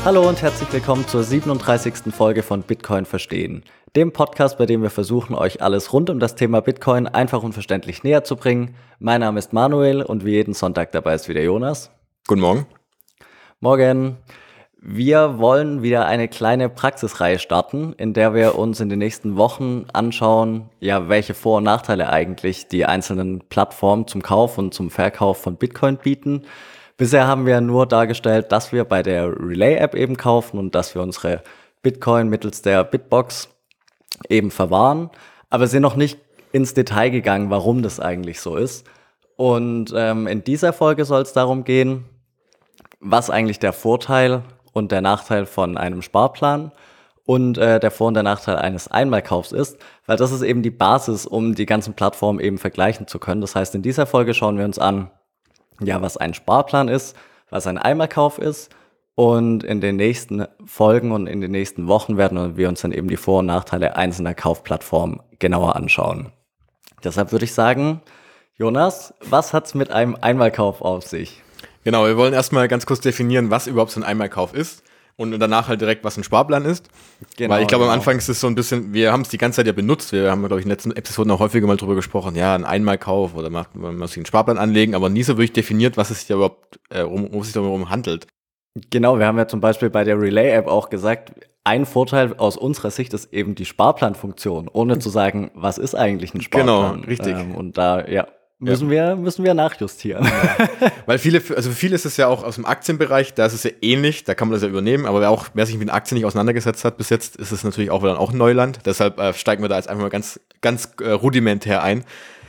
Hallo und herzlich willkommen zur 37. Folge von Bitcoin verstehen, dem Podcast, bei dem wir versuchen, euch alles rund um das Thema Bitcoin einfach und verständlich näher zu bringen. Mein Name ist Manuel und wie jeden Sonntag dabei ist wieder Jonas. Guten Morgen. Morgen. Wir wollen wieder eine kleine Praxisreihe starten, in der wir uns in den nächsten Wochen anschauen, welche Vor- und Nachteile eigentlich die einzelnen Plattformen zum Kauf und zum Verkauf von Bitcoin bieten. Bisher haben wir nur dargestellt, dass wir bei der Relay-App eben kaufen und dass wir unsere Bitcoin mittels der Bitbox eben verwahren, aber sind noch nicht ins Detail gegangen, warum das eigentlich so ist. Und in dieser Folge soll es darum gehen, was eigentlich der Vorteil und der Nachteil von einem Sparplan und der Vor- und der Nachteil eines Einmalkaufs ist, weil das ist eben die Basis, um die ganzen Plattformen eben vergleichen zu können. Das heißt, in dieser Folge schauen wir uns an, was ein Sparplan ist, was ein Einmalkauf ist, und in den nächsten Folgen und in den nächsten Wochen werden wir uns dann eben die Vor- und Nachteile einzelner Kaufplattformen genauer anschauen. Deshalb würde ich sagen, Jonas, was hat's mit einem Einmalkauf auf sich? Genau, wir wollen erstmal ganz kurz definieren, was überhaupt so ein Einmalkauf ist und danach halt direkt, was ein Sparplan ist. Genau, weil ich glaube, am Anfang ist es so ein bisschen, wir haben es die ganze Zeit ja benutzt, wir haben, glaube ich, in den letzten Episoden auch häufiger mal drüber gesprochen, ein Einmalkauf oder man muss sich einen Sparplan anlegen, aber nie so wirklich definiert, was es sich da überhaupt, worum es sich darum handelt. Genau, wir haben ja zum Beispiel bei der Relay-App auch gesagt, ein Vorteil aus unserer Sicht ist eben die Sparplanfunktion, ohne zu sagen, was ist eigentlich ein Sparplan? Genau, richtig. Und da, müssen wir nachjustieren. Ja. Weil für viele ist es ja auch aus dem Aktienbereich, da ist es ja ähnlich, da kann man das ja übernehmen, aber wer sich mit Aktien nicht auseinandergesetzt hat bis jetzt, ist es natürlich auch wieder Neuland. Deshalb steigen wir da jetzt einfach mal ganz rudimentär ein.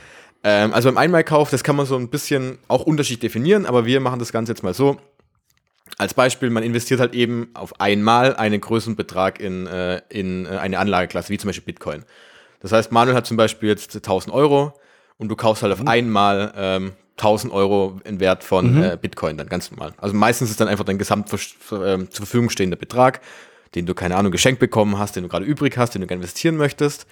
Also beim Einmalkauf, das kann man so ein bisschen auch unterschiedlich definieren, aber wir machen das Ganze jetzt mal so. Als Beispiel, man investiert halt eben auf einmal einen größeren Betrag in eine Anlageklasse, wie zum Beispiel Bitcoin. Das heißt, Manuel hat zum Beispiel jetzt 1.000 Euro und du kaufst halt auf einmal 1.000 Euro in Wert von Bitcoin, dann ganz normal. Also meistens ist dann einfach dein zur Verfügung stehender Betrag, den du, keine Ahnung, geschenkt bekommen hast, den du gerade übrig hast, den du gerne investieren möchtest.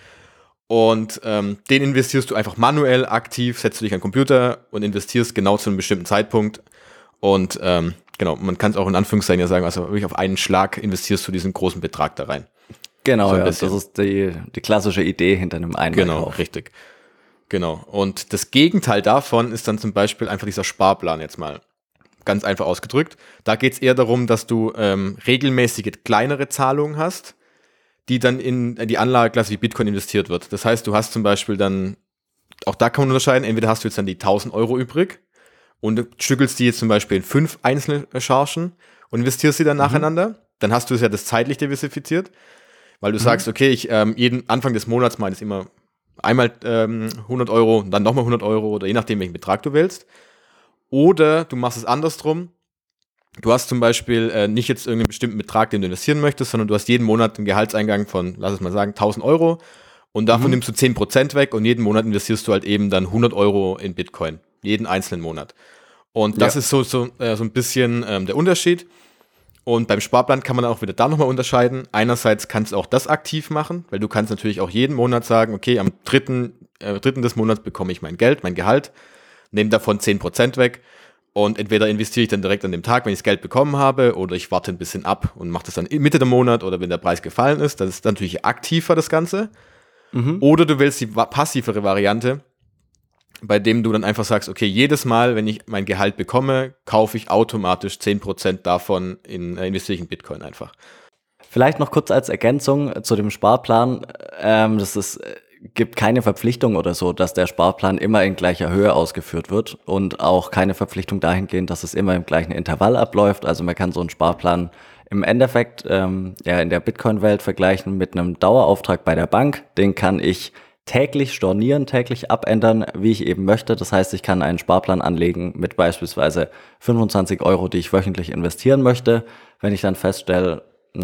Und den investierst du einfach manuell, aktiv, setzt du dich an den Computer und investierst genau zu einem bestimmten Zeitpunkt. Und genau, man kann es auch in Anführungszeichen ja sagen, also wirklich auf einen Schlag investierst du diesen großen Betrag da rein. Genau, so das ist die klassische Idee hinter einem Einmalkauf. Genau, richtig. Genau. Und das Gegenteil davon ist dann zum Beispiel einfach dieser Sparplan jetzt mal. Ganz einfach ausgedrückt. Da geht es eher darum, dass du regelmäßige kleinere Zahlungen hast, die dann in die Anlageklasse wie Bitcoin investiert wird. Das heißt, du hast zum Beispiel dann, auch da kann man unterscheiden, entweder hast du jetzt dann die 1.000 Euro übrig und du stückelst die jetzt zum Beispiel in 5 einzelne Chargen und investierst sie dann nacheinander. Dann hast du es ja das zeitlich diversifiziert, weil du sagst, okay, ich jeden Anfang des Monats meine ich immer einmal 100 Euro, dann nochmal 100 Euro oder je nachdem, welchen Betrag du wählst. Oder du machst es andersrum. Du hast zum Beispiel nicht jetzt irgendeinen bestimmten Betrag, den du investieren möchtest, sondern du hast jeden Monat einen Gehaltseingang von, lass es mal sagen, 1.000 Euro und davon nimmst du 10% weg und jeden Monat investierst du halt eben dann 100 Euro in Bitcoin. Jeden einzelnen Monat. Und das ist so ein bisschen der Unterschied. Und beim Sparplan kann man auch wieder da nochmal unterscheiden. Einerseits kannst du auch das aktiv machen, weil du kannst natürlich auch jeden Monat sagen, okay, am 3. Des Monats bekomme ich mein Gehalt, nehme davon 10% weg und entweder investiere ich dann direkt an dem Tag, wenn ich das Geld bekommen habe, oder ich warte ein bisschen ab und mache das dann Mitte der Monat oder wenn der Preis gefallen ist. Das ist natürlich aktiver, das Ganze. Oder du wählst die passivere Variante, bei dem du dann einfach sagst, okay, jedes Mal, wenn ich mein Gehalt bekomme, kaufe ich automatisch 10% davon investiere ich in Bitcoin einfach. Vielleicht noch kurz als Ergänzung zu dem Sparplan, gibt keine Verpflichtung oder so, dass der Sparplan immer in gleicher Höhe ausgeführt wird und auch keine Verpflichtung dahingehend, dass es immer im gleichen Intervall abläuft. Also man kann so einen Sparplan im Endeffekt in der Bitcoin-Welt vergleichen mit einem Dauerauftrag bei der Bank. Den kann ich täglich stornieren, täglich abändern, wie ich eben möchte. Das heißt, ich kann einen Sparplan anlegen mit beispielsweise 25 Euro, die ich wöchentlich investieren möchte. Wenn ich dann feststelle,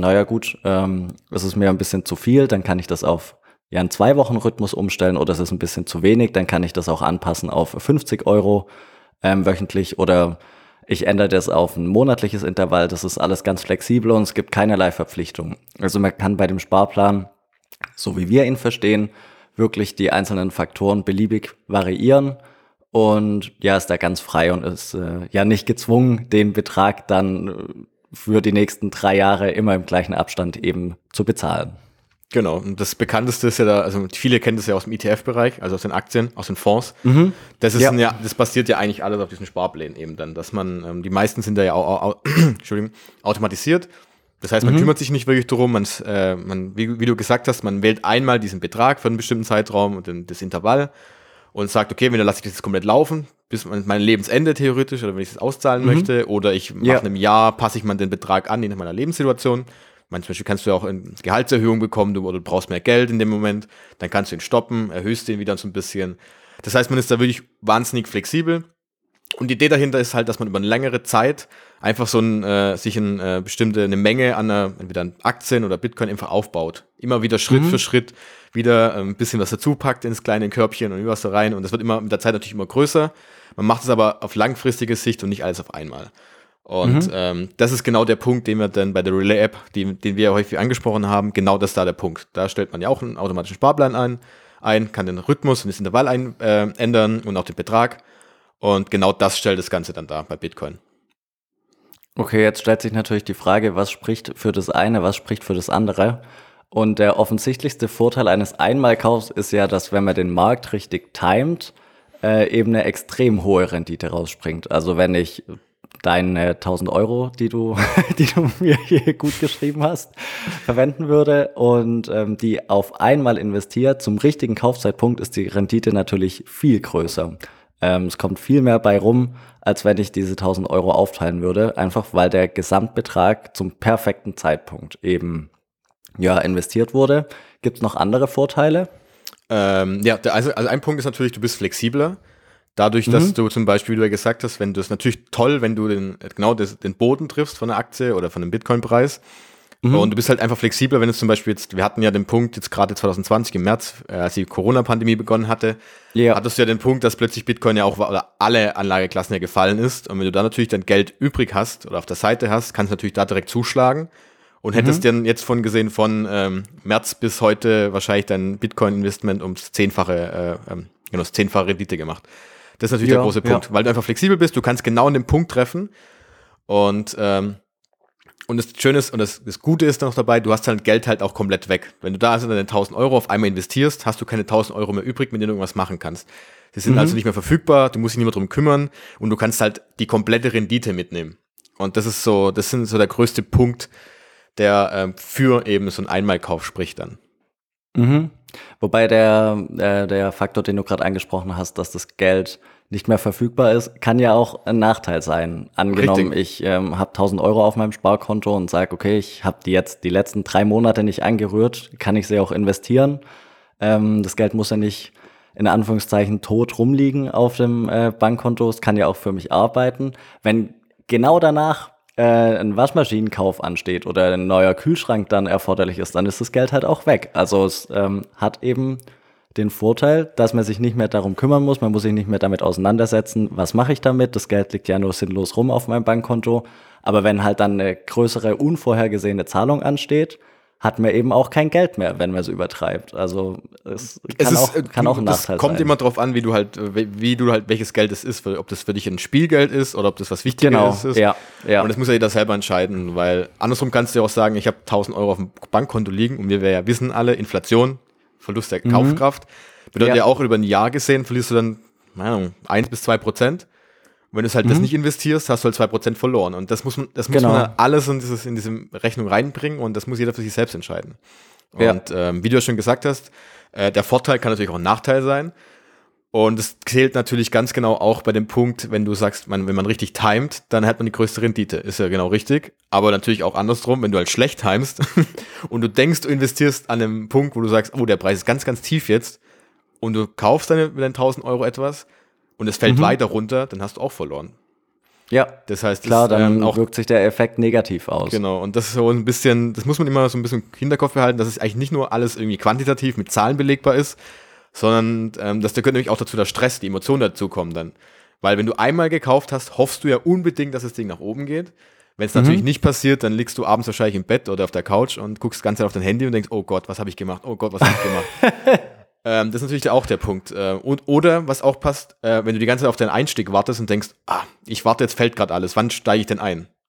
es ist mir ein bisschen zu viel, dann kann ich das auf einen 2-Wochen-Rhythmus umstellen oder es ist ein bisschen zu wenig, dann kann ich das auch anpassen auf 50 Euro wöchentlich oder ich ändere das auf ein monatliches Intervall. Das ist alles ganz flexibel und es gibt keinerlei Verpflichtung. Also man kann bei dem Sparplan, so wie wir ihn verstehen, wirklich die einzelnen Faktoren beliebig variieren und ist da ganz frei und ist nicht gezwungen, den Betrag dann für die nächsten 3 Jahre immer im gleichen Abstand eben zu bezahlen. Genau, und das bekannteste ist ja da, also viele kennen das ja aus dem ETF-Bereich, also aus den Aktien, aus den Fonds. Das ist das basiert ja eigentlich alles auf diesen Sparplänen eben dann, dass man, die meisten sind da ja auch Entschuldigung, automatisiert. Das heißt, man kümmert sich nicht wirklich darum, wie du gesagt hast, man wählt einmal diesen Betrag für einen bestimmten Zeitraum und das Intervall und sagt, okay, dann lasse ich das jetzt komplett laufen, bis mein Lebensende theoretisch, oder wenn ich das auszahlen möchte, oder ich mache in einem Jahr, passe ich mal den Betrag an in meiner Lebenssituation. Zum Beispiel kannst du ja auch eine Gehaltserhöhung bekommen, oder du brauchst mehr Geld in dem Moment, dann kannst du ihn stoppen, erhöhst ihn wieder so ein bisschen. Das heißt, man ist da wirklich wahnsinnig flexibel. Und die Idee dahinter ist halt, dass man über eine längere Zeit einfach sich eine Menge an entweder an Aktien oder Bitcoin einfach aufbaut. Immer wieder Schritt für Schritt wieder ein bisschen was dazu packt ins kleine Körbchen und was da rein. Und das wird immer mit der Zeit natürlich immer größer. Man macht es aber auf langfristige Sicht und nicht alles auf einmal. Und das ist genau der Punkt, den wir dann bei der Relay-App, den wir ja häufig angesprochen haben, genau das ist da der Punkt. Da stellt man ja auch einen automatischen Sparplan ein, kann den Rhythmus und das Intervall ändern und auch den Betrag. Und genau das stellt das Ganze dann dar bei Bitcoin. Okay, jetzt stellt sich natürlich die Frage, was spricht für das eine, was spricht für das andere? Und der offensichtlichste Vorteil eines Einmalkaufs ist ja, dass wenn man den Markt richtig timet, eben eine extrem hohe Rendite rausspringt. Also wenn ich deine 1.000 Euro, die du mir hier gut geschrieben hast, verwenden würde und die auf einmal investiert, zum richtigen Kaufzeitpunkt ist die Rendite natürlich viel größer. Es kommt viel mehr bei rum, als wenn ich diese 1.000 Euro aufteilen würde, einfach weil der Gesamtbetrag zum perfekten Zeitpunkt eben investiert wurde. Gibt es noch andere Vorteile? Also ein Punkt ist natürlich, du bist flexibler. Dadurch, dass du zum Beispiel, wie du ja gesagt hast, wenn du es natürlich toll, wenn du den Boden triffst von der Aktie oder von dem Bitcoin-Preis. Und du bist halt einfach flexibler, wenn es zum Beispiel wir hatten ja den Punkt jetzt gerade 2020 im März, als die Corona-Pandemie begonnen hatte, hattest du ja den Punkt, dass plötzlich Bitcoin ja auch, oder alle Anlageklassen ja gefallen ist. Und wenn du da natürlich dein Geld übrig hast oder auf der Seite hast, kannst du natürlich da direkt zuschlagen. Und hättest dann jetzt von März bis heute wahrscheinlich dein Bitcoin-Investment ums 10-fache Rendite gemacht. Das ist natürlich der große Punkt, weil du einfach flexibel bist, du kannst genau an den Punkt treffen und das Schöne ist und das Gute ist noch dabei, du hast halt Geld halt auch komplett weg. Wenn du da also deine 1.000 Euro auf einmal investierst, hast du keine 1.000 Euro mehr übrig, mit denen du irgendwas machen kannst. Sie sind also nicht mehr verfügbar, du musst dich nicht mehr drum kümmern und du kannst halt die komplette Rendite mitnehmen. Und das sind so der größte Punkt, der für eben so einen Einmalkauf spricht dann. Wobei der Faktor, den du gerade angesprochen hast, dass das Geld nicht mehr verfügbar ist, kann ja auch ein Nachteil sein. Angenommen, ich habe 1.000 Euro auf meinem Sparkonto und sage, okay, ich habe die jetzt die letzten 3 Monate nicht angerührt, kann ich sie auch investieren. Das Geld muss ja nicht in Anführungszeichen tot rumliegen auf dem Bankkonto, es kann ja auch für mich arbeiten. Wenn genau danach ein Waschmaschinenkauf ansteht oder ein neuer Kühlschrank dann erforderlich ist, dann ist das Geld halt auch weg. Also es hat eben den Vorteil, dass man sich nicht mehr darum kümmern muss, man muss sich nicht mehr damit auseinandersetzen, was mache ich damit, das Geld liegt ja nur sinnlos rum auf meinem Bankkonto, aber wenn halt dann eine größere, unvorhergesehene Zahlung ansteht, hat man eben auch kein Geld mehr, wenn man es übertreibt. Also es kann auch ein Nachteil sein. Es kommt immer drauf an, wie du halt welches Geld es ist, ob das für dich ein Spielgeld ist oder ob das was Wichtiges ist. Ja. Und das muss ja jeder selber entscheiden, weil andersrum kannst du ja auch sagen, ich habe 1.000 Euro auf dem Bankkonto liegen und wir ja wissen alle, Inflation, Verlust der Kaufkraft, bedeutet ja auch über ein Jahr gesehen, verlierst du dann, 1-2%. Und wenn du halt das nicht investierst, hast du halt 2% verloren. Und das muss man halt alles in diese Rechnung reinbringen und das muss jeder für sich selbst entscheiden. Und wie du ja schon gesagt hast, der Vorteil kann natürlich auch ein Nachteil sein. Und es zählt natürlich ganz genau auch bei dem Punkt, wenn du sagst, wenn man richtig timet, dann hat man die größte Rendite. Ist ja genau richtig. Aber natürlich auch andersrum, wenn du halt schlecht timest und du denkst, du investierst an einem Punkt, wo du sagst, oh, der Preis ist ganz, ganz tief jetzt und du kaufst mit deinen 1.000 Euro etwas und es fällt weiter runter, dann hast du auch verloren. Ja, das heißt, klar, dann wirkt sich der Effekt negativ aus. Genau, und das ist so ein bisschen, das muss man immer so ein bisschen im Hinterkopf behalten, dass es eigentlich nicht nur alles irgendwie quantitativ mit Zahlen belegbar ist, sondern dass da gehört nämlich auch dazu der Stress, die Emotionen dazukommen dann. Weil wenn du einmal gekauft hast, hoffst du ja unbedingt, dass das Ding nach oben geht. Wenn es natürlich nicht passiert, dann liegst du abends wahrscheinlich im Bett oder auf der Couch und guckst ganz auf dein Handy und denkst, oh Gott, was habe ich gemacht? Oh Gott, was habe ich gemacht? Das ist natürlich auch der Punkt. Oder was auch passt, wenn du die ganze Zeit auf deinen Einstieg wartest und denkst, ich warte, jetzt fällt gerade alles, wann steige ich denn ein?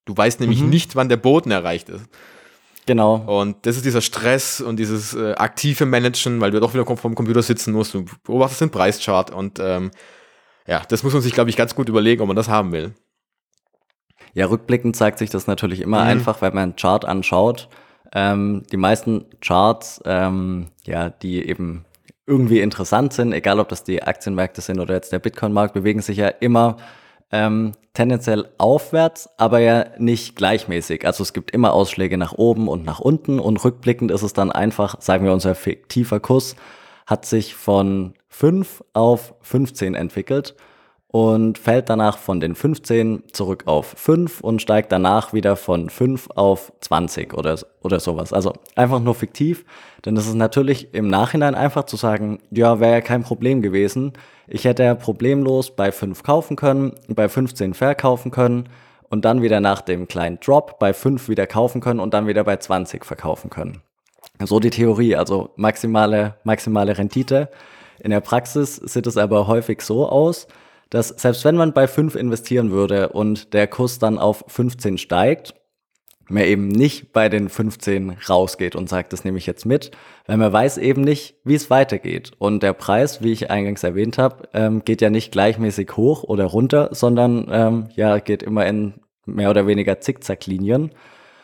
Du weißt nämlich nicht, wann der Boden erreicht ist. Genau. Und das ist dieser Stress und dieses aktive Managen, weil du doch wieder vor dem Computer sitzen musst, du beobachtest den Preischart und das muss man sich, glaube ich, ganz gut überlegen, ob man das haben will. Ja, rückblickend zeigt sich das natürlich immer einfach, wenn man einen Chart anschaut. Die meisten Charts, die eben irgendwie interessant sind, egal ob das die Aktienmärkte sind oder jetzt der Bitcoin-Markt, bewegen sich ja immer tendenziell aufwärts, aber ja nicht gleichmäßig. Also es gibt immer Ausschläge nach oben und nach unten und rückblickend ist es dann einfach, sagen wir, unser fiktiver Kurs hat sich von 5 auf 15 entwickelt und fällt danach von den 15 zurück auf 5 und steigt danach wieder von 5 auf 20 oder sowas. Also einfach nur fiktiv, denn es ist natürlich im Nachhinein einfach zu sagen, ja, wäre ja kein Problem gewesen. Ich hätte ja problemlos bei 5 kaufen können, bei 15 verkaufen können und dann wieder nach dem kleinen Drop bei 5 wieder kaufen können und dann wieder bei 20 verkaufen können. So die Theorie, also maximale Rendite. In der Praxis sieht es aber häufig so aus, dass selbst wenn man bei 5 investieren würde und der Kurs dann auf 15 steigt, man eben nicht bei den 15 rausgeht und sagt, das nehme ich jetzt mit, weil man weiß eben nicht, wie es weitergeht. Und der Preis, wie ich eingangs erwähnt habe, geht ja nicht gleichmäßig hoch oder runter, sondern geht immer in mehr oder weniger Zickzacklinien.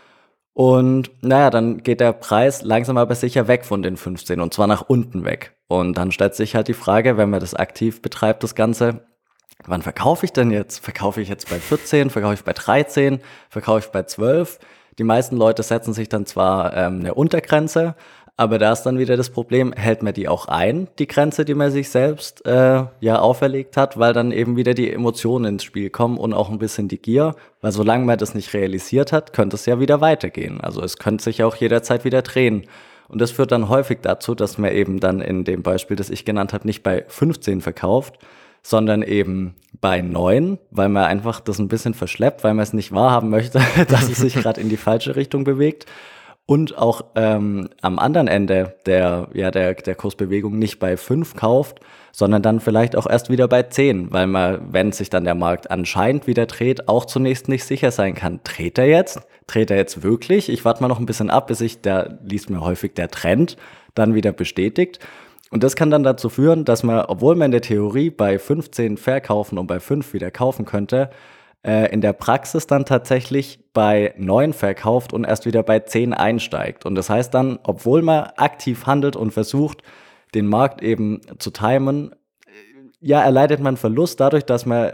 Und dann geht der Preis langsam aber sicher weg von den 15 und zwar nach unten weg. Und dann stellt sich halt die Frage, wenn man das aktiv betreibt, das Ganze, wann verkaufe ich denn jetzt? Verkaufe ich jetzt bei 14? Verkaufe ich bei 13? Verkaufe ich bei 12? Die meisten Leute setzen sich dann zwar eine Untergrenze, aber da ist dann wieder das Problem, hält man die auch ein, die Grenze, die man sich selbst auferlegt hat, weil dann eben wieder die Emotionen ins Spiel kommen und auch ein bisschen die Gier, weil solange man das nicht realisiert hat, könnte es ja wieder weitergehen. Also es könnte sich auch jederzeit wieder drehen. Und das führt dann häufig dazu, dass man eben dann in dem Beispiel, das ich genannt habe, nicht bei 15 verkauft, sondern eben bei 9, weil man einfach das ein bisschen verschleppt, weil man es nicht wahrhaben möchte, dass es sich gerade in die falsche Richtung bewegt. Und auch am anderen Ende der Kursbewegung nicht bei 5 kauft, sondern dann vielleicht auch erst wieder bei 10, weil man, wenn sich dann der Markt anscheinend wieder dreht, auch zunächst nicht sicher sein kann. Dreht er jetzt? Dreht er jetzt wirklich? Ich warte mal noch ein bisschen ab, bis sich liest mir häufig der Trend dann wieder bestätigt. Und das kann dann dazu führen, dass man, obwohl man in der Theorie bei 15 verkaufen und bei 5 wieder kaufen könnte, in der Praxis dann tatsächlich bei 9 verkauft und erst wieder bei 10 einsteigt. Und das heißt dann, obwohl man aktiv handelt und versucht, den Markt eben zu timen, erleidet man Verlust dadurch, dass man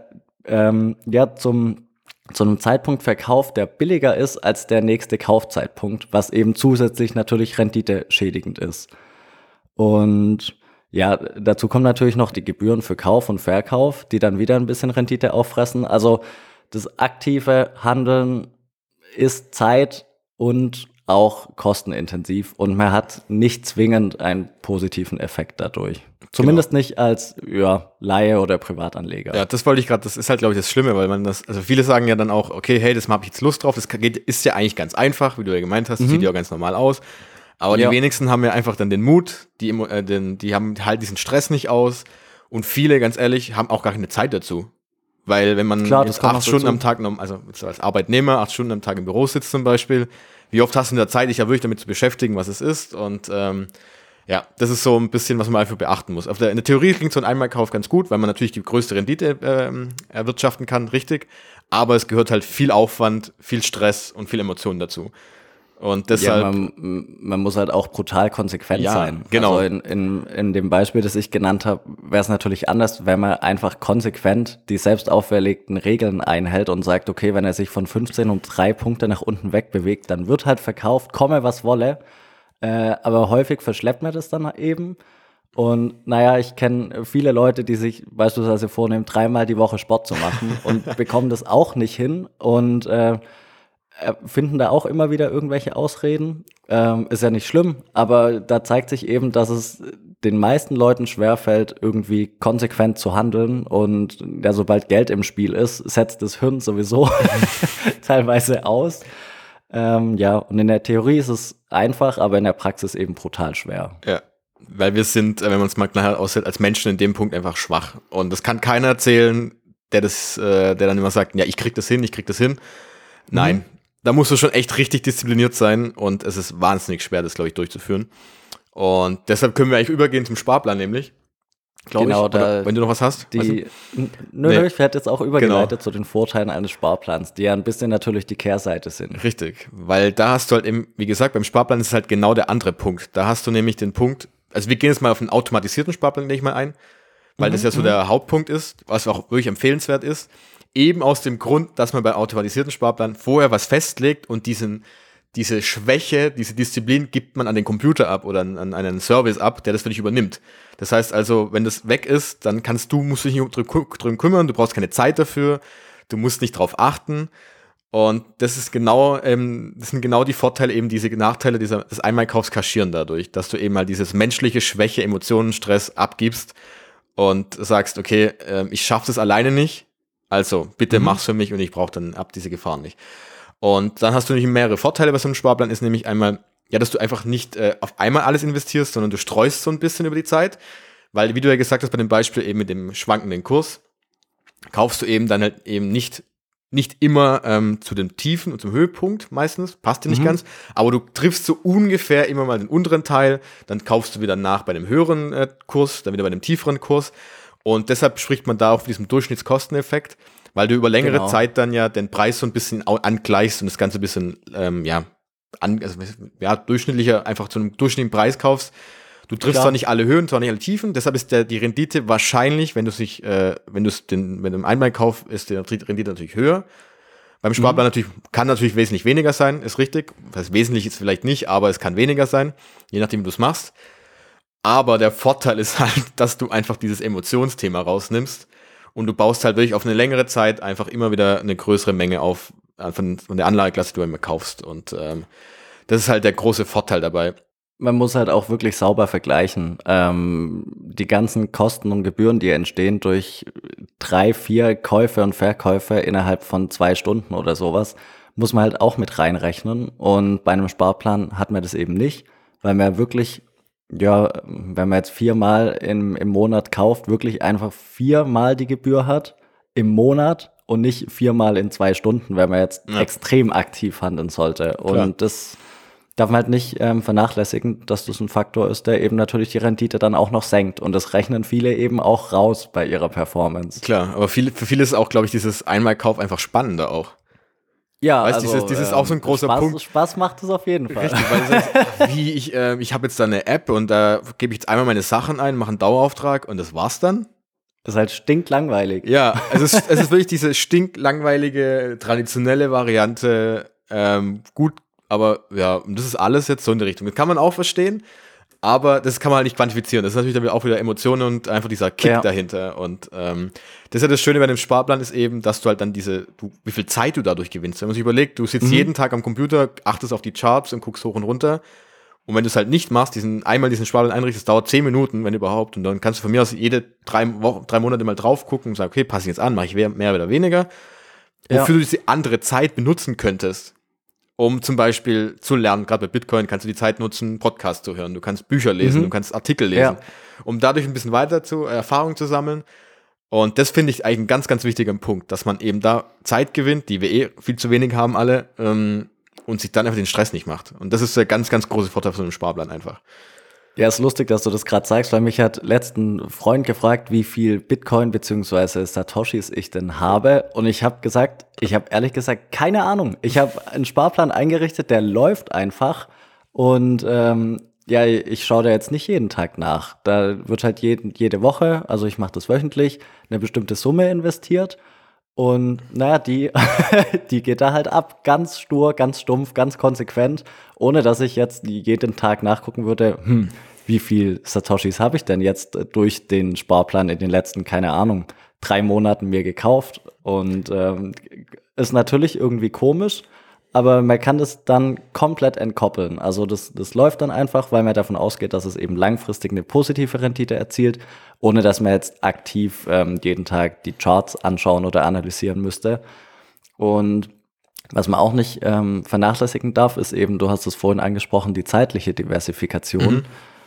zu einem Zeitpunkt verkauft, der billiger ist als der nächste Kaufzeitpunkt, was eben zusätzlich natürlich renditeschädigend ist. Und dazu kommen natürlich noch die Gebühren für Kauf und Verkauf, die dann wieder ein bisschen Rendite auffressen. Also das aktive Handeln ist zeit- und auch kostenintensiv und man hat nicht zwingend einen positiven Effekt dadurch. Zumindest nicht als Laie oder Privatanleger. Ja, das wollte ich gerade, das ist halt, glaube ich, das Schlimme, weil also viele sagen ja dann auch, okay, hey, das habe ich jetzt Lust drauf, ist ja eigentlich ganz einfach, wie du ja gemeint hast, das sieht ja auch ganz normal aus. Aber die wenigsten haben ja einfach dann den Mut, die haben halt diesen Stress nicht aus und viele, ganz ehrlich, haben auch gar keine Zeit dazu. Weil wenn man 8 Stunden am Tag, also als Arbeitnehmer 8 Stunden am Tag im Büro sitzt zum Beispiel, wie oft hast du in der Zeit, dich ja wirklich damit zu beschäftigen, was es ist und das ist so ein bisschen, was man einfach beachten muss. In der Theorie klingt so ein Einmalkauf ganz gut, weil man natürlich die größte Rendite erwirtschaften kann, richtig, aber es gehört halt viel Aufwand, viel Stress und viel Emotionen dazu. Und deshalb, man muss halt auch brutal konsequent sein. Genau. Also in dem Beispiel, das ich genannt habe, wäre es natürlich anders, wenn man einfach konsequent die selbst auferlegten Regeln einhält und sagt, okay, wenn er sich von 15 um 3 Punkte nach unten wegbewegt, dann wird halt verkauft, komme was wolle. Aber häufig verschleppt man das dann eben. Und ich kenne viele Leute, die sich beispielsweise vornehmen, 3-mal die Woche Sport zu machen und bekommen das auch nicht hin und finden da auch immer wieder irgendwelche Ausreden. Ist ja nicht schlimm, aber da zeigt sich eben, dass es den meisten Leuten schwerfällt, irgendwie konsequent zu handeln. Und sobald Geld im Spiel ist, setzt das Hirn sowieso teilweise aus. Und in der Theorie ist es einfach, aber in der Praxis eben brutal schwer. Ja, weil wir sind, wenn man es mal klar aussieht, als Menschen in dem Punkt einfach schwach. Und das kann keiner erzählen, der dann immer sagt, ja, ich krieg das hin. Nein, da musst du schon echt richtig diszipliniert sein und es ist wahnsinnig schwer, das, glaube ich, durchzuführen. Und deshalb können wir eigentlich übergehen zum Sparplan nämlich. Glaube Genau, ich. Oder wenn du noch was hast. weißt du? Nö, ich werde jetzt auch übergeleitet Genau. zu den Vorteilen eines Sparplans, die ja ein bisschen natürlich die Kehrseite sind. Richtig, weil da hast du halt eben, wie gesagt, beim Sparplan ist es halt genau der andere Punkt. Da hast du nämlich den Punkt, also wir gehen jetzt mal auf einen automatisierten Sparplan, nehme ich mal ein, weil das ja so der Hauptpunkt ist, was auch wirklich empfehlenswert ist. Eben aus dem Grund, dass man bei automatisierten Sparplan vorher was festlegt und diese Schwäche, diese Disziplin gibt man an den Computer ab oder an einen Service ab, der das für dich übernimmt. Das heißt also, wenn das weg ist, dann musst du dich nicht drum kümmern, du brauchst keine Zeit dafür, du musst nicht drauf achten. Und das sind genau die Vorteile, eben diese Nachteile des Einmalkaufs kaschieren dadurch, dass du eben mal dieses menschliche Schwäche, Emotionen, Stress abgibst und sagst, okay, ich schaffe das alleine nicht, also bitte mach's für mich und ich brauche dann diese Gefahren nicht. Und dann hast du nämlich mehrere Vorteile bei so einem Sparplan, ist nämlich einmal, ja, dass du einfach nicht auf einmal alles investierst, sondern du streust so ein bisschen über die Zeit, weil, wie du ja gesagt hast, bei dem Beispiel eben mit dem schwankenden Kurs, kaufst du eben dann halt eben nicht immer zu den Tiefen und zum Höhepunkt meistens, passt dir nicht ganz, aber du triffst so ungefähr immer mal den unteren Teil, dann kaufst du wieder nach bei dem höheren Kurs, dann wieder bei dem tieferen Kurs und deshalb spricht man da auch von diesem Durchschnittskosteneffekt, weil du über längere Zeit dann ja den Preis so ein bisschen angleichst und das Ganze ein bisschen, durchschnittlicher, einfach zu einem durchschnittlichen Preis kaufst. Du triffst zwar nicht alle Höhen, zwar nicht alle Tiefen, deshalb ist die Rendite wahrscheinlich, mit dem Einmalkauf ist die Rendite natürlich höher. Beim Sparplan kann natürlich wesentlich weniger sein, ist richtig. Das heißt, wesentlich ist vielleicht nicht, aber es kann weniger sein, je nachdem, wie du es machst. Aber der Vorteil ist halt, dass du einfach dieses Emotionsthema rausnimmst und du baust halt wirklich auf eine längere Zeit einfach immer wieder eine größere Menge auf von der Anlageklasse, die du immer kaufst. Und das ist halt der große Vorteil dabei. Man muss halt auch wirklich sauber vergleichen. Die ganzen Kosten und Gebühren, die entstehen durch 3, 4 Käufe und Verkäufe innerhalb von 2 Stunden oder sowas, muss man halt auch mit reinrechnen. Und bei einem Sparplan hat man das eben nicht, weil man wirklich, ja, wenn man jetzt 4-mal im Monat kauft, wirklich einfach 4-mal die Gebühr hat im Monat und nicht 4-mal in 2 Stunden, wenn man jetzt extrem aktiv handeln sollte. Und das darf man halt nicht vernachlässigen, dass das ein Faktor ist, der eben natürlich die Rendite dann auch noch senkt. Und das rechnen viele eben auch raus bei ihrer Performance. Klar, aber für viele ist auch, glaube ich, dieses Einmalkauf einfach spannender auch. Ja, weißt, also dieses ist auch so ein großer Punkt. Spaß macht es auf jeden Fall. Richtig, weil du sagst, ich habe jetzt da eine App und da gebe ich jetzt einmal meine Sachen ein, mache einen Dauerauftrag und das war's dann. Das ist halt stinklangweilig. Ja, es ist wirklich diese stinklangweilige, traditionelle Variante, gut, aber ja, und das ist alles jetzt so in die Richtung. Das kann man auch verstehen, aber das kann man halt nicht quantifizieren. Das ist natürlich dann auch wieder Emotionen und einfach dieser Kick dahinter. Und das ist ja das Schöne bei dem Sparplan ist eben, dass du halt dann wie viel Zeit du dadurch gewinnst. Wenn man sich überlegt, du sitzt jeden Tag am Computer, achtest auf die Charts und guckst hoch und runter. Und wenn du es halt nicht machst, diesen Sparplan einrichtest, dauert 10 Minuten, wenn überhaupt. Und dann kannst du von mir aus jede 3 Monate mal drauf gucken und sagen, okay, passe ich jetzt an, mache ich mehr oder weniger. Wofür du diese andere Zeit benutzen könntest, um zum Beispiel zu lernen. Gerade bei Bitcoin kannst du die Zeit nutzen, Podcasts zu hören. Du kannst Bücher lesen, du kannst Artikel lesen, um dadurch ein bisschen weiter Erfahrung zu sammeln. Und das finde ich eigentlich ein ganz, ganz wichtiger Punkt, dass man eben da Zeit gewinnt, die wir viel zu wenig haben alle, und sich dann einfach den Stress nicht macht. Und das ist der ganz, ganz große Vorteil von einem Sparplan einfach. Ja, ist lustig, dass du das gerade sagst, weil mich hat letzten Freund gefragt, wie viel Bitcoin bzw. Satoshis ich denn habe. Und ich habe gesagt, ich habe ehrlich gesagt keine Ahnung. Ich habe einen Sparplan eingerichtet, der läuft einfach. Und ich schaue da jetzt nicht jeden Tag nach. Da wird halt jede Woche, also ich mache das wöchentlich, eine bestimmte Summe investiert. Und naja, die geht da halt ab, ganz stur, ganz stumpf, ganz konsequent, ohne dass ich jetzt jeden Tag nachgucken würde, wie viel Satoshis habe ich denn jetzt durch den Sparplan in den letzten, keine Ahnung, 3 Monaten mir gekauft. Und ist natürlich irgendwie komisch, aber man kann das dann komplett entkoppeln. Also das läuft dann einfach, weil man davon ausgeht, dass es eben langfristig eine positive Rendite erzielt, ohne dass man jetzt aktiv jeden Tag die Charts anschauen oder analysieren müsste. Und was man auch nicht vernachlässigen darf, ist eben, du hast es vorhin angesprochen, die zeitliche Diversifikation.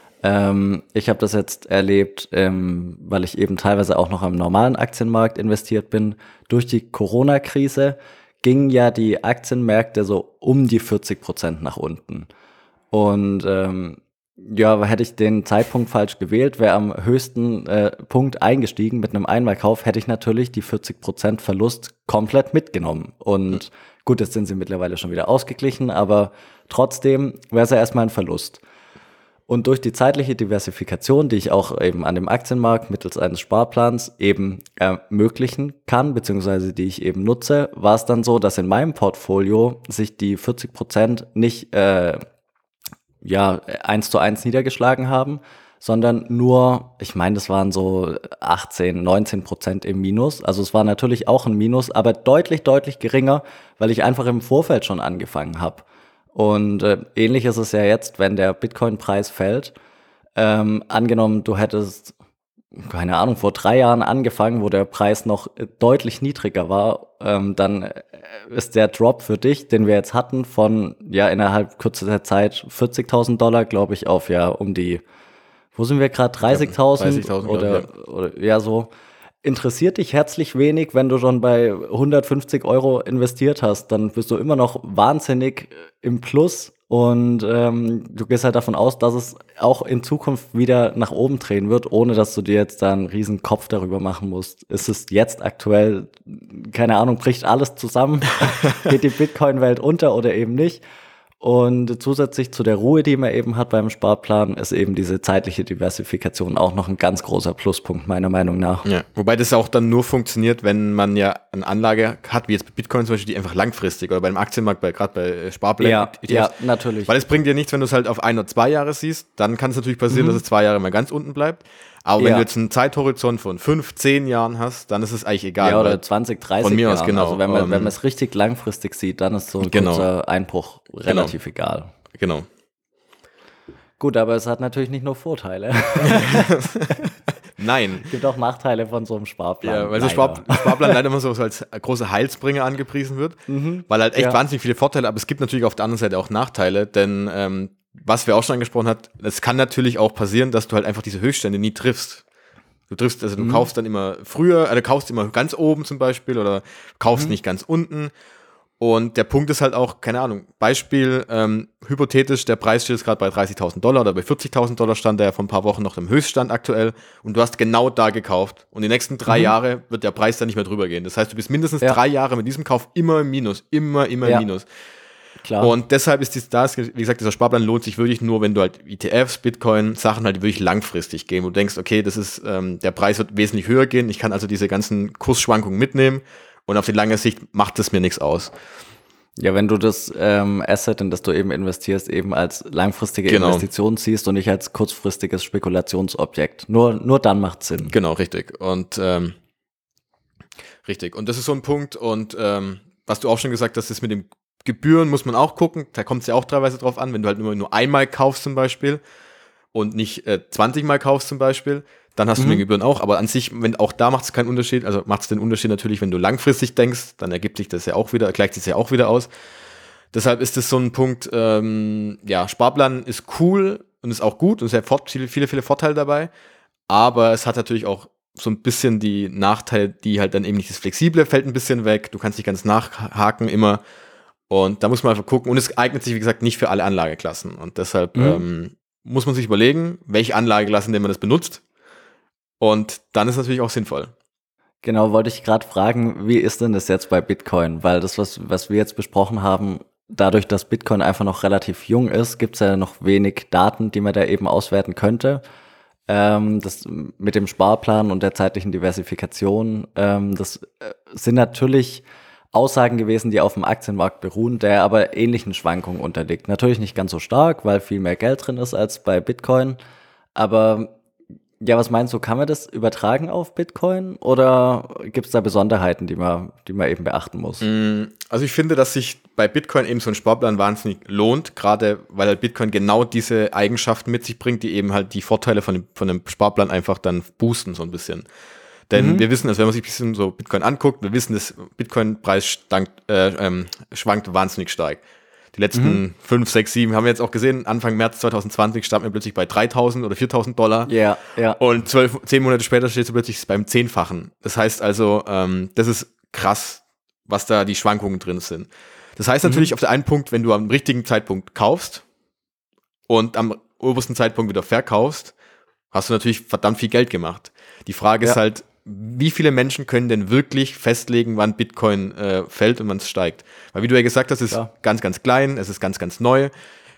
Ich habe das jetzt erlebt, weil ich eben teilweise auch noch am normalen Aktienmarkt investiert bin. Durch die Corona-Krise gingen ja die Aktienmärkte so um die 40% nach unten. Und ja, hätte ich den Zeitpunkt falsch gewählt, wäre am höchsten Punkt eingestiegen mit einem Einmalkauf, hätte ich natürlich die 40% Verlust komplett mitgenommen. Und gut, jetzt sind sie mittlerweile schon wieder ausgeglichen, aber trotzdem wäre es ja erstmal ein Verlust. Und durch die zeitliche Diversifikation, die ich auch eben an dem Aktienmarkt mittels eines Sparplans eben ermöglichen kann, beziehungsweise die ich eben nutze, war es dann so, dass in meinem Portfolio sich die 40% nicht 1:1 niedergeschlagen haben, sondern nur, ich meine, das waren so 18-19% im Minus. Also es war natürlich auch ein Minus, aber deutlich, deutlich geringer, weil ich einfach im Vorfeld schon angefangen habe. Und ähnlich ist es ja jetzt, wenn der Bitcoin-Preis fällt. Angenommen, du hättest, keine Ahnung, vor 3 Jahren angefangen, wo der Preis noch deutlich niedriger war, dann ist der Drop für dich, den wir jetzt hatten, von innerhalb kürzester Zeit $40.000, glaube ich, auf um die, wo sind wir gerade, 30.000 oder so. Interessiert dich herzlich wenig, wenn du schon bei 150 € investiert hast, dann bist du immer noch wahnsinnig im Plus und du gehst halt davon aus, dass es auch in Zukunft wieder nach oben drehen wird, ohne dass du dir jetzt da einen riesen Kopf darüber machen musst. Ist es jetzt aktuell, keine Ahnung, bricht alles zusammen, geht die Bitcoin-Welt unter oder eben nicht? Und zusätzlich zu der Ruhe, die man eben hat beim Sparplan, ist eben diese zeitliche Diversifikation auch noch ein ganz großer Pluspunkt, meiner Meinung nach. Ja, wobei das auch dann nur funktioniert, wenn man ja eine Anlage hat, wie jetzt bei Bitcoin zum Beispiel, die einfach langfristig oder beim Aktienmarkt, gerade bei Sparplänen. Ja, natürlich. Weil es bringt dir nichts, wenn du es halt auf 1 oder 2 Jahre siehst, dann kann es natürlich passieren, dass es 2 Jahre mal ganz unten bleibt. Aber wenn du jetzt einen Zeithorizont von 5, 10 Jahren hast, dann ist es eigentlich egal. Ja, oder 20, 30 von mir Jahren. Aus, genau. Also wenn man es richtig langfristig sieht, dann ist so ein kurzer Einbruch relativ egal. Genau. Gut, aber es hat natürlich nicht nur Vorteile. Nein. Es gibt auch Nachteile von so einem Sparplan. Ja, weil der Sparplan leider immer so als großer Heilsbringer angepriesen wird, weil halt echt wahnsinnig viele Vorteile, aber es gibt natürlich auf der anderen Seite auch Nachteile, denn was wir auch schon angesprochen haben, es kann natürlich auch passieren, dass du halt einfach diese Höchststände nie triffst. Du kaufst dann immer früher, du kaufst immer ganz oben zum Beispiel oder kaufst nicht ganz unten. Und der Punkt ist halt auch, keine Ahnung, Beispiel, hypothetisch, der Preis steht jetzt gerade bei $30.000 oder bei $40.000 stand der ja vor ein paar Wochen noch im Höchststand aktuell und du hast genau da gekauft und die nächsten 3 Jahre wird der Preis dann nicht mehr drüber gehen. Das heißt, du bist mindestens 3 Jahre mit diesem Kauf immer im Minus, immer im Minus. Klar. Und deshalb ist wie gesagt, dieser Sparplan lohnt sich wirklich nur, wenn du halt ETFs, Bitcoin, Sachen halt wirklich langfristig gehen, wo du denkst, okay, das ist, der Preis wird wesentlich höher gehen, ich kann also diese ganzen Kursschwankungen mitnehmen und auf die lange Sicht macht es mir nichts aus. Ja, wenn du das Asset, in das du eben investierst, eben als langfristige Investition siehst und nicht als kurzfristiges Spekulationsobjekt. Nur dann macht es Sinn. Genau, richtig. Und Und das ist so ein Punkt. Und was du auch schon gesagt hast, ist mit dem Gebühren muss man auch gucken. Da kommt es ja auch teilweise drauf an, wenn du halt nur einmal kaufst zum Beispiel und nicht 20 Mal kaufst zum Beispiel, dann hast du mit Gebühren auch. Aber an sich, auch da macht es keinen Unterschied. Also macht es den Unterschied natürlich, wenn du langfristig denkst, dann ergibt sich das ja auch wieder, gleicht sich ja auch wieder aus. Deshalb ist das so ein Punkt, Sparplan ist cool und ist auch gut und es hat viele Vorteile dabei. Aber es hat natürlich auch so ein bisschen die Nachteile, die halt dann eben nicht das Flexible fällt ein bisschen weg. Du kannst nicht ganz nachhaken immer. Und da muss man einfach gucken. Und es eignet sich, wie gesagt, nicht für alle Anlageklassen. Und deshalb muss man sich überlegen, welche Anlageklassen, in denen man das benutzt. Und dann ist es natürlich auch sinnvoll. Genau, wollte ich gerade fragen, wie ist denn das jetzt bei Bitcoin? Weil das, was wir jetzt besprochen haben, dadurch, dass Bitcoin einfach noch relativ jung ist, gibt es ja noch wenig Daten, die man da eben auswerten könnte. Das mit dem Sparplan und der zeitlichen Diversifikation, das sind natürlich Aussagen gewesen, die auf dem Aktienmarkt beruhen, der aber ähnlichen Schwankungen unterliegt. Natürlich nicht ganz so stark, weil viel mehr Geld drin ist als bei Bitcoin. Aber ja, was meinst du, kann man das übertragen auf Bitcoin oder gibt es da Besonderheiten, die man eben beachten muss? Also ich finde, dass sich bei Bitcoin eben so ein Sparplan wahnsinnig lohnt, gerade weil halt Bitcoin genau diese Eigenschaften mit sich bringt, die eben halt die Vorteile von dem Sparplan einfach dann boosten so ein bisschen. Denn wir wissen, also wenn man sich ein bisschen so Bitcoin anguckt, wir wissen, dass Bitcoin-Preis schwankt wahnsinnig stark. Die letzten 5, 6, 7 haben wir jetzt auch gesehen, Anfang März 2020 stand man plötzlich bei $3.000 oder $4.000. Ja. Und 10 Monate später steht es plötzlich beim 10-fachen. Das heißt also, das ist krass. was da die Schwankungen drin sind. Das heißt natürlich auf der einen Punkt, wenn du am richtigen Zeitpunkt kaufst und am obersten Zeitpunkt wieder verkaufst, hast du natürlich verdammt viel Geld gemacht. Die Frage ist halt, wie viele Menschen können denn wirklich festlegen, wann Bitcoin fällt und wann es steigt? Weil wie du ja gesagt hast, es ist ganz, ganz klein, es ist ganz, ganz neu.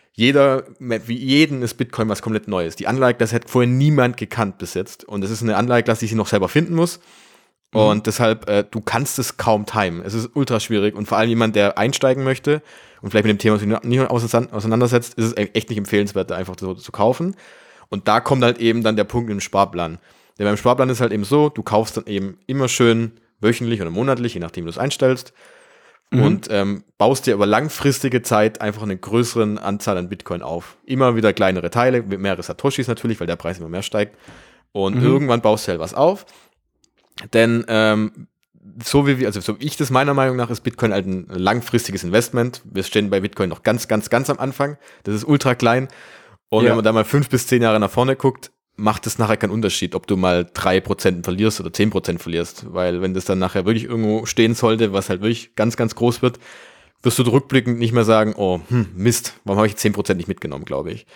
Wie jeden ist Bitcoin was komplett Neues. Die Anlageklasse hat vorher niemand gekannt bis jetzt. Und es ist eine Anlageklasse, die sie noch selber finden muss. Und deshalb, du kannst es kaum timen. Es ist ultra schwierig. Und vor allem jemand, der einsteigen möchte und vielleicht mit dem Thema sich nicht auseinandersetzt, ist es echt nicht empfehlenswert, da einfach so zu kaufen. Und da kommt halt eben dann der Punkt im Sparplan. Denn beim Sparplan ist halt eben so, du kaufst dann eben immer schön wöchentlich oder monatlich, je nachdem du es einstellst. Und baust dir über langfristige Zeit einfach eine größere Anzahl an Bitcoin auf. Immer wieder kleinere Teile, mit mehrere Satoshis natürlich, weil der Preis immer mehr steigt. Und irgendwann baust du halt was auf. Denn so wie ich das meiner Meinung nach, ist Bitcoin halt ein langfristiges Investment. Wir stehen bei Bitcoin noch ganz, ganz, ganz am Anfang. Das ist ultra klein. Und wenn man da mal 5 bis 10 Jahre nach vorne guckt, macht es nachher keinen Unterschied, ob du mal 3% verlierst oder 10% verlierst. Weil wenn das dann nachher wirklich irgendwo stehen sollte, was halt wirklich ganz, ganz groß wird, wirst du rückblickend nicht mehr sagen, oh, Mist, warum habe ich 10% nicht mitgenommen, glaube ich.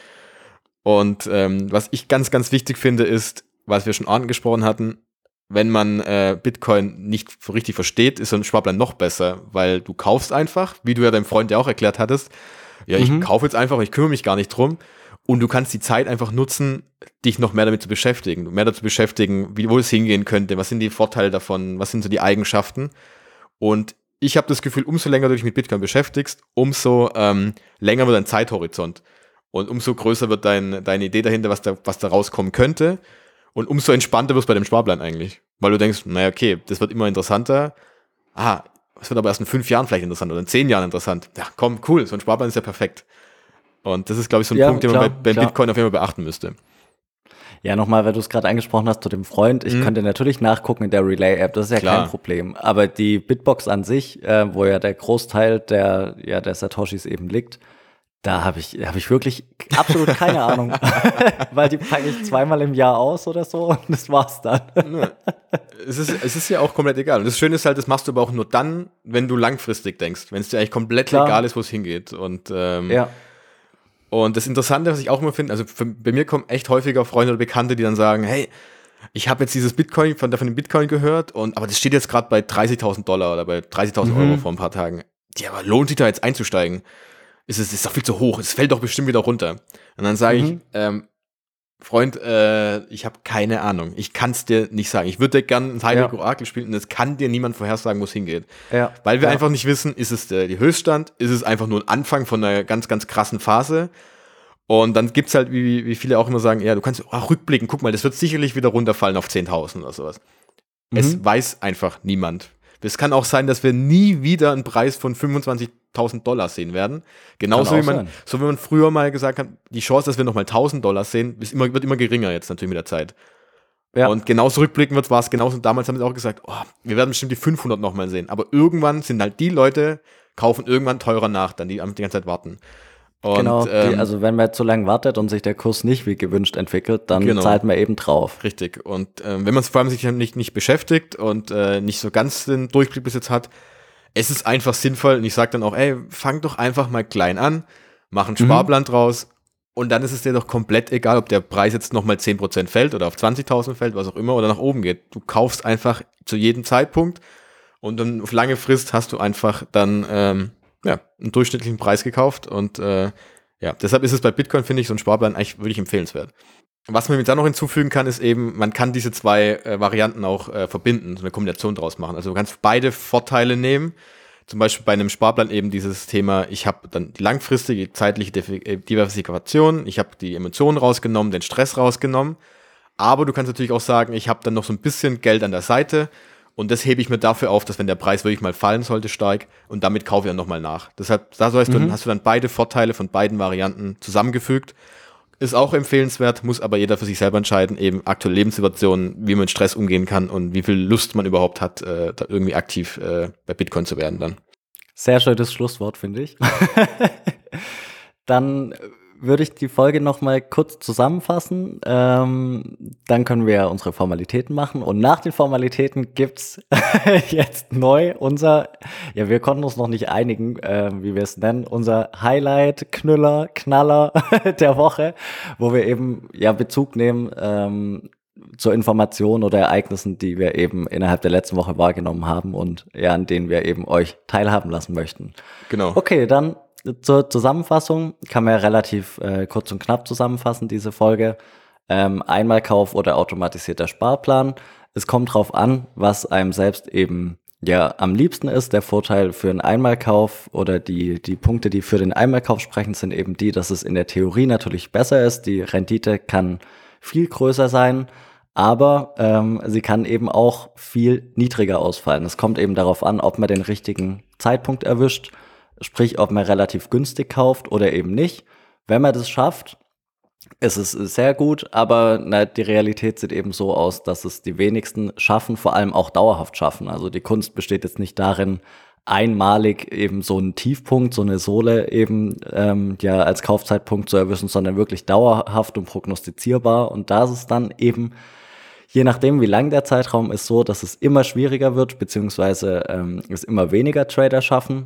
Und was ich ganz, ganz wichtig finde, ist, was wir schon angesprochen hatten, wenn man Bitcoin nicht richtig versteht, ist so ein Sparplan noch besser, weil du kaufst einfach, wie du ja deinem Freund ja auch erklärt hattest, ja, ich kaufe jetzt einfach, ich kümmere mich gar nicht drum. Und du kannst die Zeit einfach nutzen, dich noch mehr damit zu beschäftigen. Mehr dazu beschäftigen, wo es hingehen könnte, was sind die Vorteile davon, was sind so die Eigenschaften. Und ich habe das Gefühl, umso länger du dich mit Bitcoin beschäftigst, umso länger wird dein Zeithorizont. Und umso größer wird deine Idee dahinter, was da rauskommen könnte. Und umso entspannter wirst du bei dem Sparplan eigentlich. Weil du denkst, naja, okay, das wird immer interessanter. Es wird aber erst in 5 Jahren vielleicht interessant oder in 10 Jahren interessant. Ja, komm, cool, so ein Sparplan ist ja perfekt. Und das ist, glaube ich, so ein Punkt, den man bei Bitcoin auf jeden Fall beachten müsste. Ja, nochmal, weil du es gerade angesprochen hast zu dem Freund. Ich könnte natürlich nachgucken in der Relay-App, das ist ja kein Problem. Aber die Bitbox an sich, wo ja der Großteil der Satoshis eben liegt, da hab ich wirklich absolut keine Ahnung. Weil die packe ich 2-mal im Jahr aus oder so und das war's dann. Es ist ja auch komplett egal. Und das Schöne ist halt, das machst du aber auch nur dann, wenn du langfristig denkst. Wenn es dir eigentlich komplett egal ist, wo es hingeht. Und Und das Interessante, was ich auch immer finde, also bei mir kommen echt häufiger Freunde oder Bekannte, die dann sagen, hey, ich habe jetzt dieses Bitcoin, von dem Bitcoin gehört, aber das steht jetzt gerade bei $30.000 oder bei 30.000 Euro vor ein paar Tagen. Ja, aber lohnt sich da jetzt einzusteigen? Ist doch viel zu hoch, es fällt doch bestimmt wieder runter. Und dann sage ich, Freund, ich habe keine Ahnung. Ich kann es dir nicht sagen. Ich würde dir gerne ein Heiliges Orakel spielen und es kann dir niemand vorhersagen, wo es hingeht. Ja. Weil wir einfach nicht wissen, ist es die Höchststand, ist es einfach nur ein Anfang von einer ganz, ganz krassen Phase. Und dann gibt's halt, wie viele auch immer sagen, ja, du kannst rückblicken, guck mal, das wird sicherlich wieder runterfallen auf 10.000 oder sowas. Es weiß einfach niemand. Es kann auch sein, dass wir nie wieder einen Preis von $25.000 sehen werden. Genauso wie man früher mal gesagt hat, die Chance, dass wir nochmal $1.000 sehen, wird immer geringer jetzt natürlich mit der Zeit. Ja. Und genauso rückblicken war es genauso. Damals haben sie auch gesagt, wir werden bestimmt die 500 nochmal sehen. Aber irgendwann sind halt die Leute, kaufen irgendwann teurer nach, dann die ganze Zeit warten. Und, genau, also wenn man zu lange wartet und sich der Kurs nicht wie gewünscht entwickelt, dann zahlt man eben drauf. Richtig. Und wenn man vor allem sich nicht beschäftigt und nicht so ganz den Durchblick bis jetzt hat, es ist einfach sinnvoll. Und ich sage dann auch, fang doch einfach mal klein an, mach einen Sparplan draus und dann ist es dir doch komplett egal, ob der Preis jetzt nochmal 10% fällt oder auf 20.000 fällt, was auch immer, oder nach oben geht. Du kaufst einfach zu jedem Zeitpunkt und dann auf lange Frist hast du einfach dann einen durchschnittlichen Preis gekauft und deshalb ist es bei Bitcoin, finde ich, so ein Sparplan eigentlich wirklich empfehlenswert. Was man mit da noch hinzufügen kann, ist eben, man kann diese 2 Varianten auch verbinden, so eine Kombination draus machen. Also du kannst beide Vorteile nehmen, zum Beispiel bei einem Sparplan eben dieses Thema, ich habe dann die langfristige zeitliche Diversifikation, ich habe die Emotionen rausgenommen, den Stress rausgenommen, aber du kannst natürlich auch sagen, ich habe dann noch so ein bisschen Geld an der Seite, und das hebe ich mir dafür auf, dass wenn der Preis wirklich mal fallen sollte, stark, und damit kaufe ich dann nochmal nach. Deshalb, hast du dann beide Vorteile von beiden Varianten zusammengefügt. Ist auch empfehlenswert, muss aber jeder für sich selber entscheiden, eben aktuelle Lebenssituationen, wie man mit Stress umgehen kann und wie viel Lust man überhaupt hat, da irgendwie aktiv bei Bitcoin zu werden dann. Sehr schönes Schlusswort, finde ich. Dann würde ich die Folge nochmal kurz zusammenfassen. Dann können wir unsere Formalitäten machen. Und nach den Formalitäten gibt's jetzt neu wir konnten uns noch nicht einigen, wie wir es nennen, unser Highlight, Knaller der Woche, wo wir eben Bezug nehmen zur Information oder Ereignissen, die wir eben innerhalb der letzten Woche wahrgenommen haben und an denen wir eben euch teilhaben lassen möchten. Genau. Okay, dann zur Zusammenfassung kann man relativ kurz und knapp zusammenfassen, diese Folge. Einmalkauf oder automatisierter Sparplan. Es kommt drauf an, was einem selbst eben am liebsten ist. Der Vorteil für einen Einmalkauf oder die Punkte, die für den Einmalkauf sprechen, sind eben die, dass es in der Theorie natürlich besser ist. Die Rendite kann viel größer sein, aber sie kann eben auch viel niedriger ausfallen. Es kommt eben darauf an, ob man den richtigen Zeitpunkt erwischt. Sprich, ob man relativ günstig kauft oder eben nicht. Wenn man das schafft, ist es sehr gut, aber die Realität sieht eben so aus, dass es die wenigsten schaffen, vor allem auch dauerhaft schaffen. Also die Kunst besteht jetzt nicht darin, einmalig eben so einen Tiefpunkt, so eine Sohle eben als Kaufzeitpunkt zu erwischen, sondern wirklich dauerhaft und prognostizierbar. Und da ist es dann eben, je nachdem, wie lang der Zeitraum ist, so, dass es immer schwieriger wird, beziehungsweise es immer weniger Trader schaffen.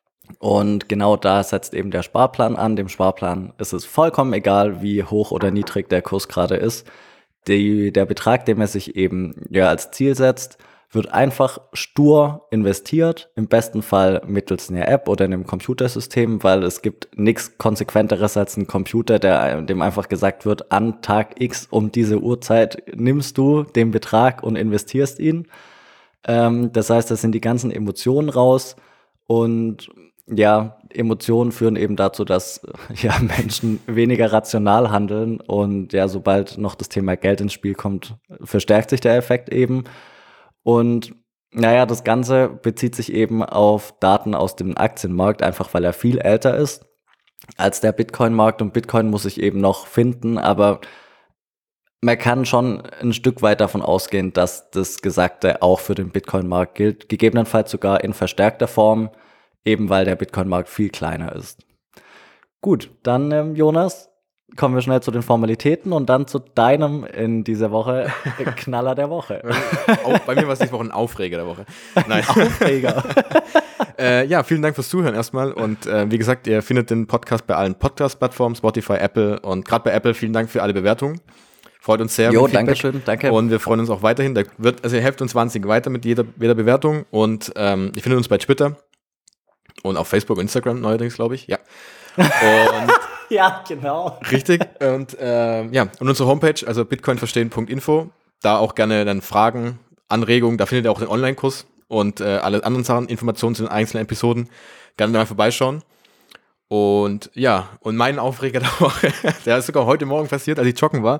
Und genau da setzt eben der Sparplan an. Dem Sparplan ist es vollkommen egal, wie hoch oder niedrig der Kurs gerade ist. Der Betrag, den man sich eben als Ziel setzt, wird einfach stur investiert, im besten Fall mittels einer App oder einem Computersystem, weil es gibt nichts Konsequenteres als ein Computer, dem einfach gesagt wird, an Tag X um diese Uhrzeit nimmst du den Betrag und investierst ihn. Das heißt, da sind die ganzen Emotionen raus und Emotionen führen eben dazu, dass Menschen weniger rational handeln und sobald noch das Thema Geld ins Spiel kommt, verstärkt sich der Effekt eben. Und das Ganze bezieht sich eben auf Daten aus dem Aktienmarkt, einfach weil er viel älter ist als der Bitcoin-Markt und Bitcoin muss sich eben noch finden, aber man kann schon ein Stück weit davon ausgehen, dass das Gesagte auch für den Bitcoin-Markt gilt, gegebenenfalls sogar in verstärkter Form, eben weil der Bitcoin-Markt viel kleiner ist. Gut, dann Jonas, kommen wir schnell zu den Formalitäten und dann zu deinem in dieser Woche Knaller der Woche. Bei mir war es diese Woche ein Aufreger der Woche. Nein. Aufreger. Vielen Dank fürs Zuhören erstmal und wie gesagt, ihr findet den Podcast bei allen Podcast-Plattformen, Spotify, Apple und gerade bei Apple vielen Dank für alle Bewertungen. Freut uns sehr. Jo, danke schön, danke. Und wir freuen uns auch weiterhin. Ihr helft uns wahnsinnig weiter mit jeder Bewertung und ihr findet uns bei Twitter. Und auf Facebook und Instagram neuerdings, glaube ich. Ja. Und ja, genau. Richtig. Und und unsere Homepage, also bitcoinverstehen.info. Da auch gerne dann Fragen, Anregungen. Da findet ihr auch den Online-Kurs und alle anderen Sachen, Informationen zu den einzelnen Episoden. Gerne mal vorbeischauen. Und und mein Aufreger der Woche, der ist sogar heute Morgen passiert, als ich joggen war.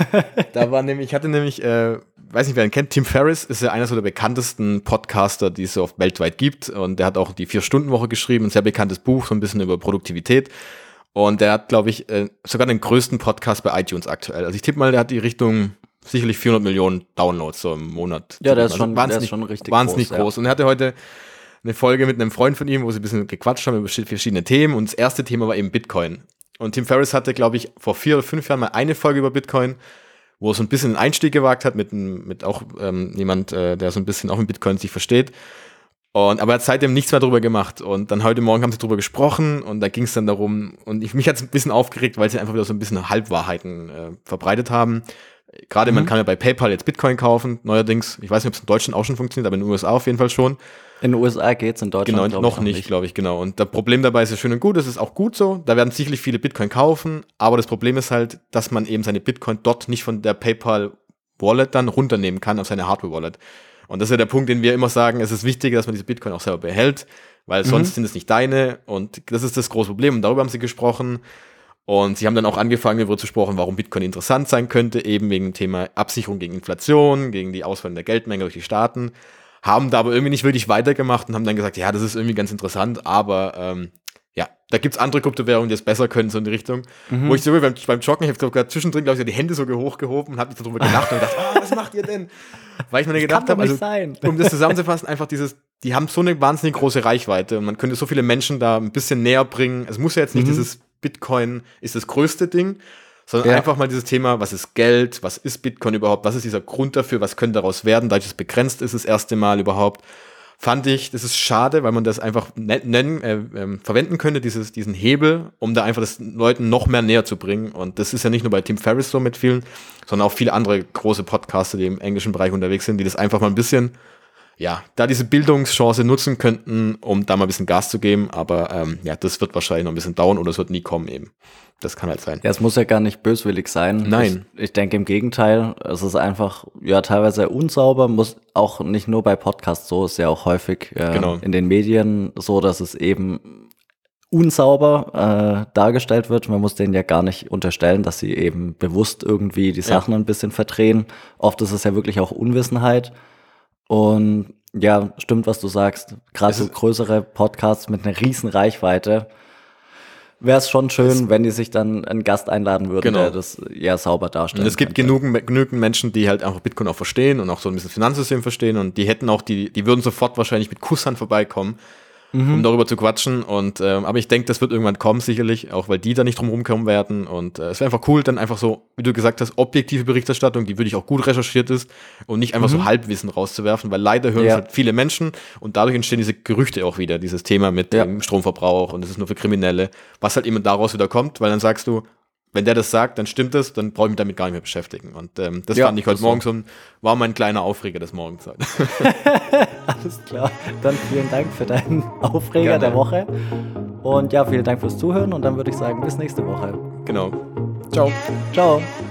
Ich hatte nämlich, weiß nicht, wer ihn kennt, Tim Ferriss ist ja einer so der bekanntesten Podcaster, die es so weltweit gibt. Und der hat auch die 4-Stunden-Woche geschrieben, ein sehr bekanntes Buch, so ein bisschen über Produktivität. Und der hat, glaube ich, sogar den größten Podcast bei iTunes aktuell. Also ich tippe mal, der hat die Richtung sicherlich 400 Millionen Downloads so im Monat. Ja, der ist schon richtig wahnsinnig groß. Und er hatte heute eine Folge mit einem Freund von ihm, wo sie ein bisschen gequatscht haben über verschiedene Themen. Und das erste Thema war eben Bitcoin. Und Tim Ferriss hatte, glaube ich, vor 4 oder 5 Jahren mal eine Folge über Bitcoin, wo er so ein bisschen einen Einstieg gewagt hat mit auch jemand, der so ein bisschen auch mit Bitcoin sich versteht. Aber er hat seitdem nichts mehr darüber gemacht. Und dann heute Morgen haben sie darüber gesprochen und da ging es dann darum, und mich hat es ein bisschen aufgeregt, weil sie einfach wieder so ein bisschen Halbwahrheiten verbreitet haben. Gerade man kann ja bei PayPal jetzt Bitcoin kaufen, neuerdings. Ich weiß nicht, ob es in Deutschland auch schon funktioniert, aber in den USA auf jeden Fall schon. In den USA geht's, in Deutschland genau, noch nicht, glaube ich, genau. Und das Problem dabei ist ja schön und gut, das ist auch gut so. Da werden sicherlich viele Bitcoin kaufen, aber das Problem ist halt, dass man eben seine Bitcoin dort nicht von der PayPal-Wallet dann runternehmen kann auf seine Hardware-Wallet. Und das ist ja der Punkt, den wir immer sagen, es ist wichtig, dass man diese Bitcoin auch selber behält, weil sonst sind es nicht deine und das ist das große Problem und darüber haben sie gesprochen. Und sie haben dann auch angefangen, darüber zu sprechen, warum Bitcoin interessant sein könnte, eben wegen dem Thema Absicherung gegen Inflation, gegen die Ausfall der Geldmenge durch die Staaten, haben da aber irgendwie nicht wirklich weitergemacht und haben dann gesagt, ja, das ist irgendwie ganz interessant, aber da gibt's andere Kryptowährungen, die es besser können, so in die Richtung. Wo ich so beim Joggen, ich habe gerade zwischendrin, glaube ich, die Hände so hochgehoben und habe mich darüber gelacht und gedacht, was macht ihr denn? Weil ich mir gedacht habe, um das zusammenzufassen, einfach die haben so eine wahnsinnig große Reichweite und man könnte so viele Menschen da ein bisschen näher bringen. Es muss ja jetzt nicht dieses Bitcoin ist das größte Ding, sondern einfach mal dieses Thema, was ist Geld, was ist Bitcoin überhaupt, was ist dieser Grund dafür, was könnte daraus werden, da es begrenzt ist, das erste Mal überhaupt. Fand ich, das ist schade, weil man das einfach verwenden könnte, diesen Hebel, um da einfach das Leuten noch mehr näher zu bringen. Und das ist ja nicht nur bei Tim Ferriss so mit vielen, sondern auch viele andere große Podcaster, die im englischen Bereich unterwegs sind, die das einfach mal ein bisschen, da diese Bildungschance nutzen könnten, um da mal ein bisschen Gas zu geben. Aber das wird wahrscheinlich noch ein bisschen dauern oder es wird nie kommen eben. Das kann halt sein. Ja, es muss ja gar nicht böswillig sein. Nein. Ich denke im Gegenteil, es ist einfach teilweise unsauber, muss auch nicht nur bei Podcasts so, ist ja auch häufig in den Medien so, dass es eben unsauber dargestellt wird. Man muss denen ja gar nicht unterstellen, dass sie eben bewusst irgendwie die Sachen ein bisschen verdrehen. Oft ist es ja wirklich auch Unwissenheit. Und ja, stimmt, was du sagst. Gerade so größere Podcasts mit einer riesen Reichweite, wäre es schon schön, wenn die sich dann einen Gast einladen würden, der das sauber darstellt. Und es gibt genügend Menschen, die halt einfach Bitcoin auch verstehen und auch so ein bisschen Finanzsystem verstehen und die hätten auch, die würden sofort wahrscheinlich mit Kusshand vorbeikommen, um darüber zu quatschen. Und aber ich denke, das wird irgendwann kommen, sicherlich, auch weil die da nicht drum rumkommen werden. Und es wäre einfach cool, dann einfach so, wie du gesagt hast, objektive Berichterstattung, die wirklich auch gut recherchiert ist und nicht einfach so Halbwissen rauszuwerfen, weil leider hören es halt viele Menschen und dadurch entstehen diese Gerüchte auch wieder, dieses Thema mit dem Stromverbrauch und es ist nur für Kriminelle, was halt immer daraus wieder kommt, weil dann sagst du, wenn der das sagt, dann stimmt es, dann brauche ich mich damit gar nicht mehr beschäftigen. Und das fand ich heute Morgen so, war mein kleiner Aufreger des Morgens. Alles klar. Dann vielen Dank für deinen Aufreger der Woche. Und ja, vielen Dank fürs Zuhören und dann würde ich sagen, bis nächste Woche. Genau. Ciao. Ciao.